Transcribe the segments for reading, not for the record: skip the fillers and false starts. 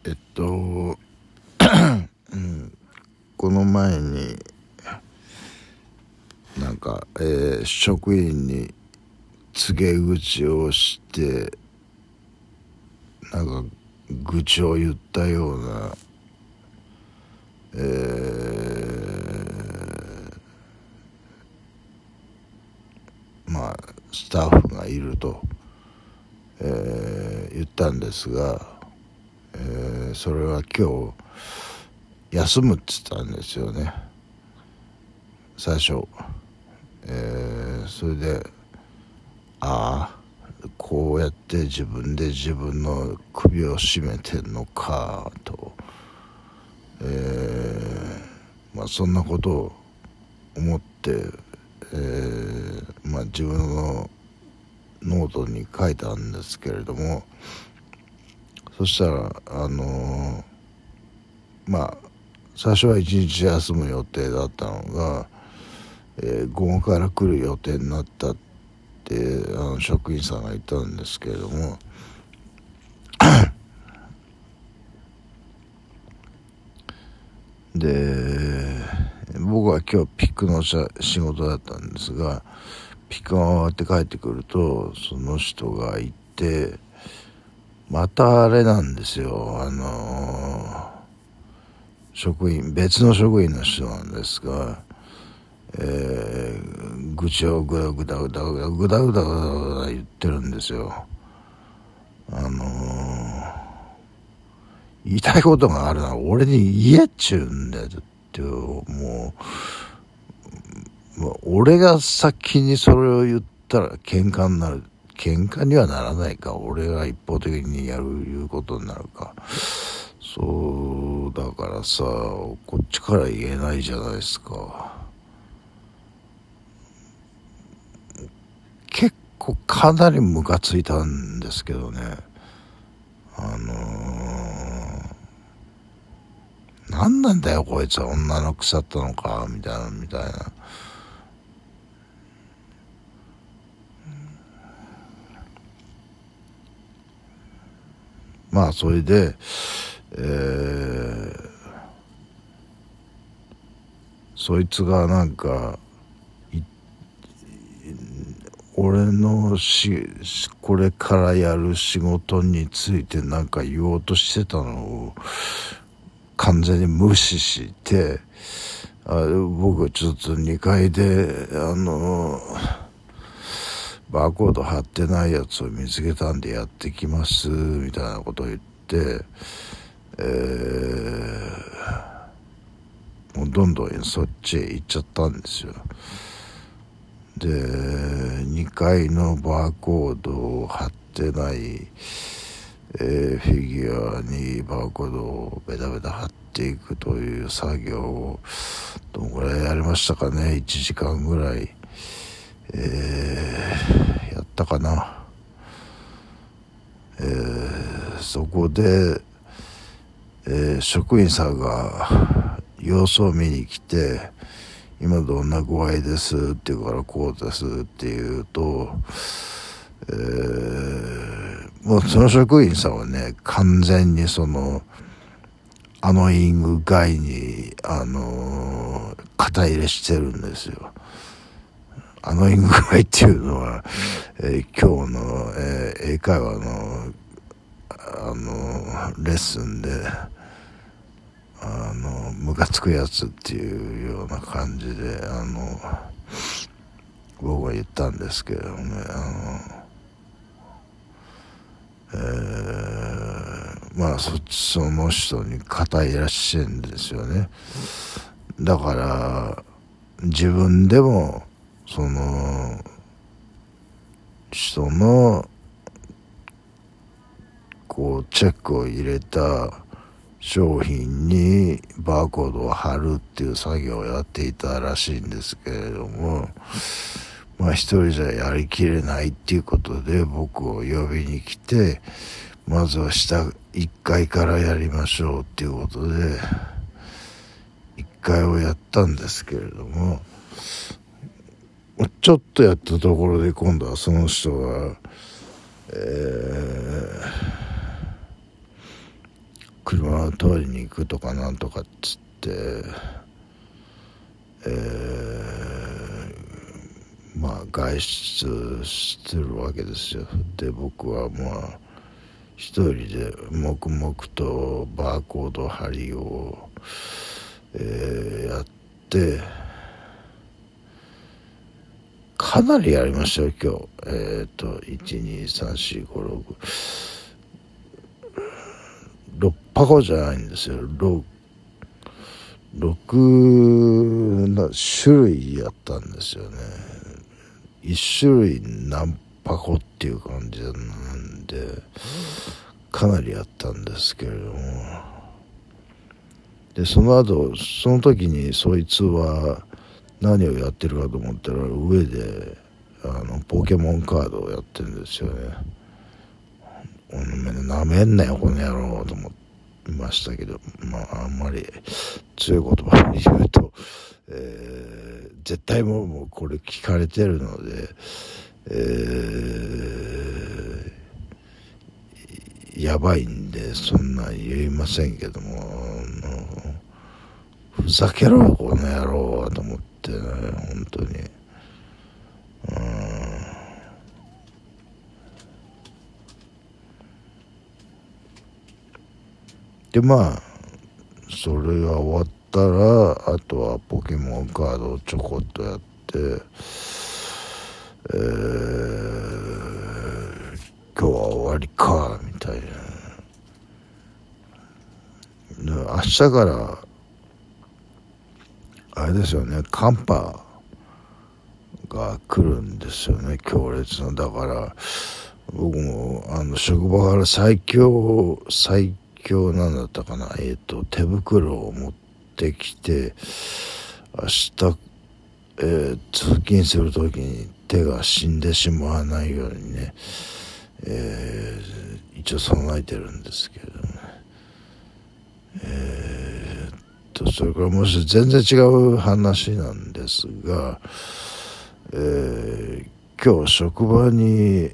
えっと、この前になんか、職員に告げ口をしてなんか愚痴を言ったような、スタッフがいると、言ったんですが、それは今日休むって言ったんですよね、最初。それでこうやって自分で自分の首を絞めてんのかと、そんなことを思って、自分のノートに書いたんですけれども、そしたら最初は一日休む予定だったのが、午後から来る予定になったって職員さんが言ったんですけれどもで僕は今日ピックの仕事だったんですが、ピックが終わって帰ってくるとその人がいて、またあれなんですよ、別の職員の人なんですが、愚痴をぐだぐだ言ってるんですよ。言いたいことがあるのは俺に言えっちゅうんだよってもう俺が先にそれを言ったら喧嘩になる。喧嘩にはならないか、俺が一方的に言うことになるか。そうだからさ、こっちから言えないじゃないですか。結構かなりムカついたんですけどね。何なんだよこいつは、女の腐ったのかみたいな。それで、そいつがなんか俺のこれからやる仕事についてなんか言おうとしてたのを完全に無視して、僕ちょっと2階でバーコード貼ってないやつを見つけたんでやってきますみたいなことを言って、もうどんどんそっちへ行っちゃったんですよ。で2階のバーコードを貼ってない、フィギュアにバーコードをベタベタ貼っていくという作業をどのぐらいやりましたかね。1時間ぐらい、やったかな。そこで、職員さんが様子を見に来て、今どんな具合ですって言うからこうですって言うと、もうその職員さんはね、完全にアノイング外に肩入れしてるんですよ。アノイング外っていうのは、今日の、英会話のレッスンでムカつくやつっていうような感じで僕は言ったんですけれどもね、その人に肩いらっしゃるんですよね。だから自分でもその人のこうチェックを入れた商品にバーコードを貼るっていう作業をやっていたらしいんですけれども、一人じゃやりきれないっていうことで僕を呼びに来て、まずは下1階からやりましょうっていうことで1階をやったんですけれども、ちょっとやったところで今度はその人が車を取りに行くとかなんとかっつって、外出するわけですよ。で僕は一人で黙々とバーコード貼りを、やってかなりやりましたよ今日。1234566箱じゃないんですよ。6種類やったんですよね。1種類何箱っていう感じなんでかなりやったんですけれども、でその時にそいつは何をやってるかと思ったら上でポケモンカードをやってるんですよね。なめんなよこの野郎と思いましたけど、あんまり強い言葉を言うと、絶対もうこれ聞かれてるので、やばいんでそんな言いませんけども、ふざけろよこの野郎と思ってね、本当に。でそれが終わったらあとはポケモンカードをちょこっとやって、今日は終わりかみたいな。明日からあれですよね、寒波が来るんですよね、強烈な。だから僕も職場から最強なんだったかな、手袋を持ってきて明日、通勤するときに手が死んでしまわないようにね、一応備えてるんですけどね。それからもし全然違う話なんですが、今日職場に、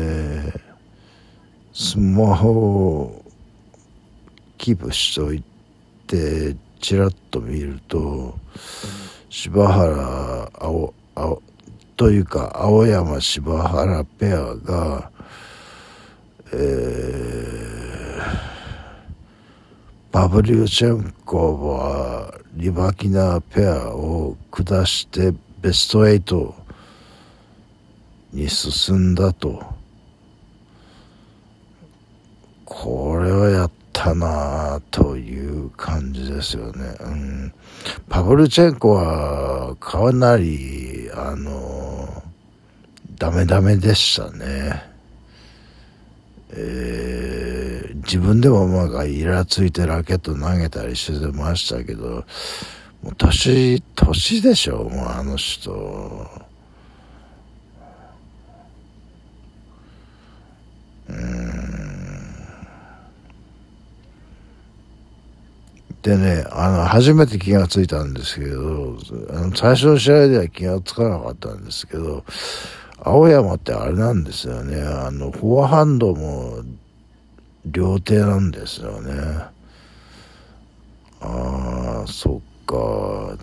スマホをキープしといてチラッと見ると、柴原というか青山柴原ペアが、パブリウチェンコはリバキナペアを下してベスト8に進んだと。これはやったなという感じですよね。パブルチェンコはかなりダメでしたね。自分でもイラついてラケット投げたりしてましたけど、もう年でしょ、もうあの人。でね、初めて気がついたんですけど、最初の試合では気がつかなかったんですけど、青山ってあれなんですよね、フォアハンドも両手なんですよね。そっか、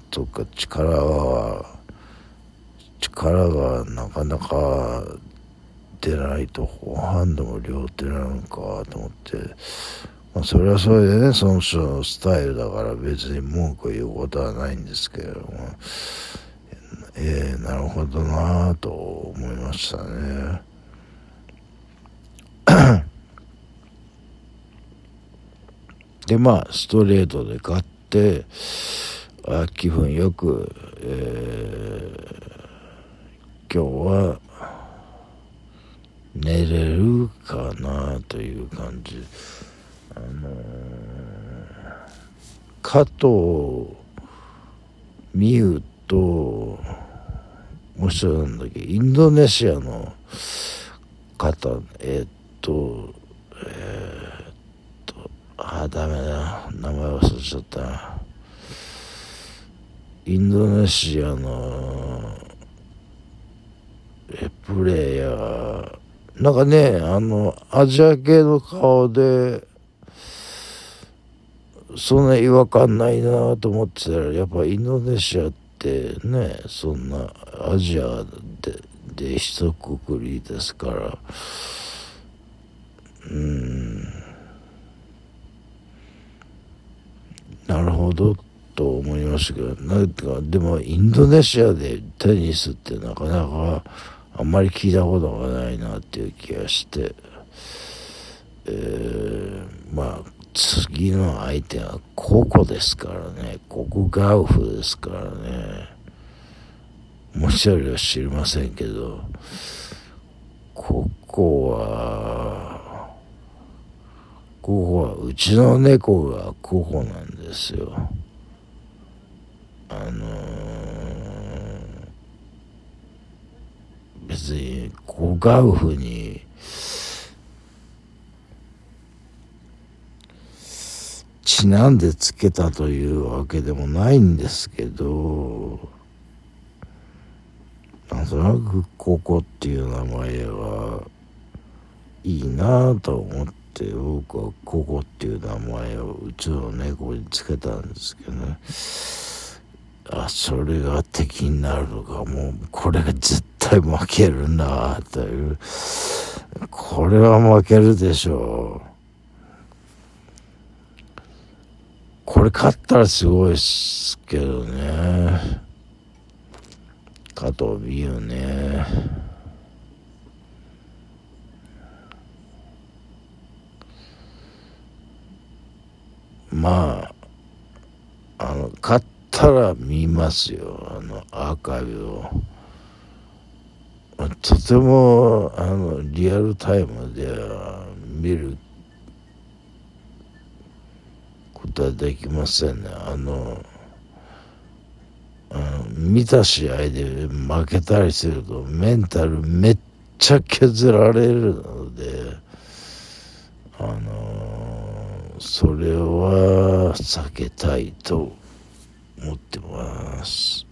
力がなかなか出ないとフォアハンドも両手なのかと思って、それはそれでね、その人のスタイルだから別に文句を言うことはないんですけれども、なるほどなぁと思いましたね。でストレートで勝って気分よく、今日は寝れるかなという感じ。加藤美優ともう一人なんだっけ、インドネシアの方、ダメだ、名前忘れちゃった。インドネシアのプレイヤー、なんかね、アジア系の顔でそんな違和感ないなと思ってたら、やっぱインドネシアってね、そんなアジアで一括りですから、なるほどと思いましたけど、なんかでもインドネシアでテニスってなかなかあんまり聞いたことがないなっていう気がして、まあ次の相手はココですからね、ココガウフですからね。もう一人は知りませんけど、ココはうちの猫がココなんですよ。別にコガウフにちなんでつけたというわけでもないんですけど、なんとなくココっていう名前はいいなぁと思って、僕はココっていう名前をうちの猫につけたんですけどね。それが敵になるのか、もうこれが絶対負けるなぁという、これは負けるでしょう。これ勝ったらすごいっすけどね。加藤美優ね。まあ、勝ったら見ますよ、アーカイブを。とても、リアルタイムでは見ることはできませんね。見た試合で負けたりするとメンタルめっちゃ削られるので、それは避けたいと思ってます。